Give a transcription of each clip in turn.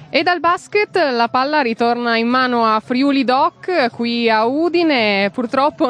E dal basket la palla ritorna in mano a Friuli Doc qui a Udine, purtroppo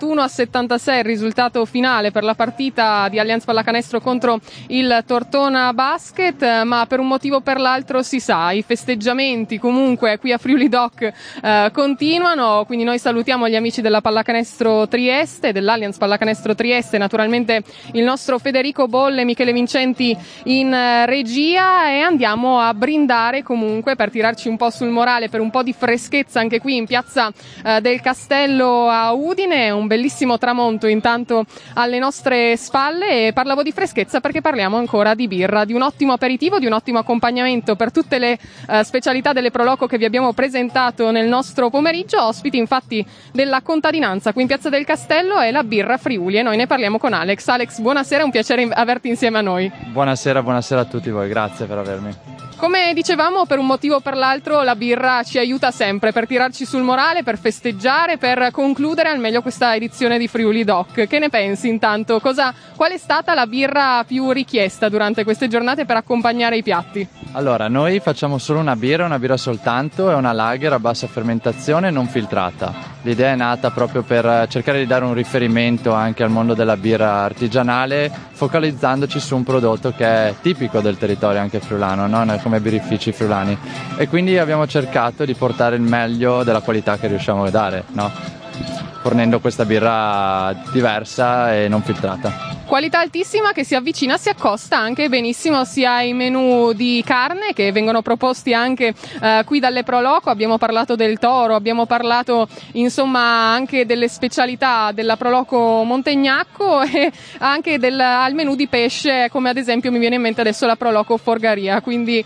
91-76 il risultato finale per la partita di Allianz Pallacanestro contro il Tortona Basket, ma per un motivo o per l'altro si sa, i festeggiamenti comunque qui a Friuli Doc continuano, quindi noi salutiamo gli amici della Pallacanestro Trieste, dell'Allianz Pallacanestro Trieste, naturalmente il nostro Federico Bolle, Michele Vincenti in regia, e andiamo a brindare comunque per tirarci un po' sul morale, per un po' di freschezza anche qui in piazza del Castello a Udine. Un bellissimo tramonto intanto alle nostre spalle, e parlavo di freschezza perché parliamo ancora di birra, di un ottimo aperitivo, di un ottimo accompagnamento per tutte le specialità delle Pro Loco che vi abbiamo presentato nel nostro pomeriggio. Ospiti infatti della contadinanza qui in piazza del Castello è la birra Friuli, e noi ne parliamo con Alex. Alex, buonasera, è un piacere averti insieme a noi. Buonasera a tutti voi, grazie per avermi. Come dicevamo, per un motivo o per l'altro la birra ci aiuta sempre per tirarci sul morale, per festeggiare, per concludere al meglio questa edizione di Friuli Doc. Che ne pensi intanto? Qual è stata la birra più richiesta durante queste giornate per accompagnare i piatti? Allora, noi facciamo solo una birra soltanto, è una lager a bassa fermentazione non filtrata. L'idea è nata proprio per cercare di dare un riferimento anche al mondo della birra artigianale, focalizzandoci su un prodotto che è tipico del territorio anche friulano, no? Come birrifici friulani, e quindi abbiamo cercato di portare il meglio della qualità che riusciamo a dare, no? Fornendo questa birra diversa e non filtrata. Qualità altissima che si avvicina, si accosta anche benissimo sia ai menù di carne che vengono proposti anche qui dalle Pro Loco. Abbiamo parlato del toro, abbiamo parlato insomma anche delle specialità della Pro Loco Montegnacco, e anche al menù di pesce, come ad esempio mi viene in mente adesso la Pro Loco Forgaria, quindi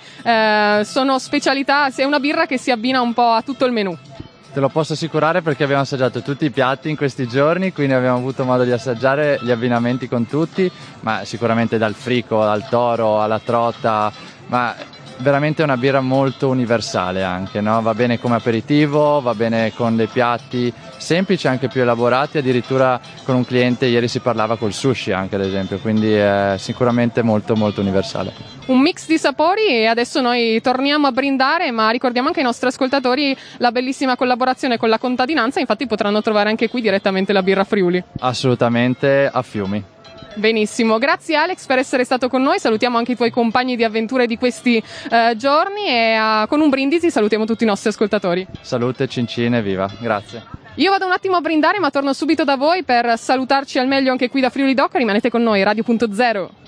sono specialità, è una birra che si abbina un po' a tutto il menù. Te lo posso assicurare perché abbiamo assaggiato tutti i piatti in questi giorni, quindi abbiamo avuto modo di assaggiare gli abbinamenti con tutti, ma sicuramente dal frico al toro alla trota, ma veramente è una birra molto universale anche, no? Va bene come aperitivo, va bene con dei piatti semplici, anche più elaborati, addirittura con un cliente ieri si parlava col sushi anche ad esempio, quindi è sicuramente molto molto universale. Un mix di sapori, e adesso noi torniamo a brindare, ma ricordiamo anche ai nostri ascoltatori la bellissima collaborazione con la contadinanza, infatti potranno trovare anche qui direttamente la birra Friuli. Assolutamente, a fiumi. Benissimo, grazie Alex per essere stato con noi, salutiamo anche i tuoi compagni di avventure di questi giorni, e con un brindisi salutiamo tutti i nostri ascoltatori. Salute, cincine, viva, grazie. Io vado un attimo a brindare, ma torno subito da voi per salutarci al meglio anche qui da Friuli Doc. Rimanete con noi, Radio.0.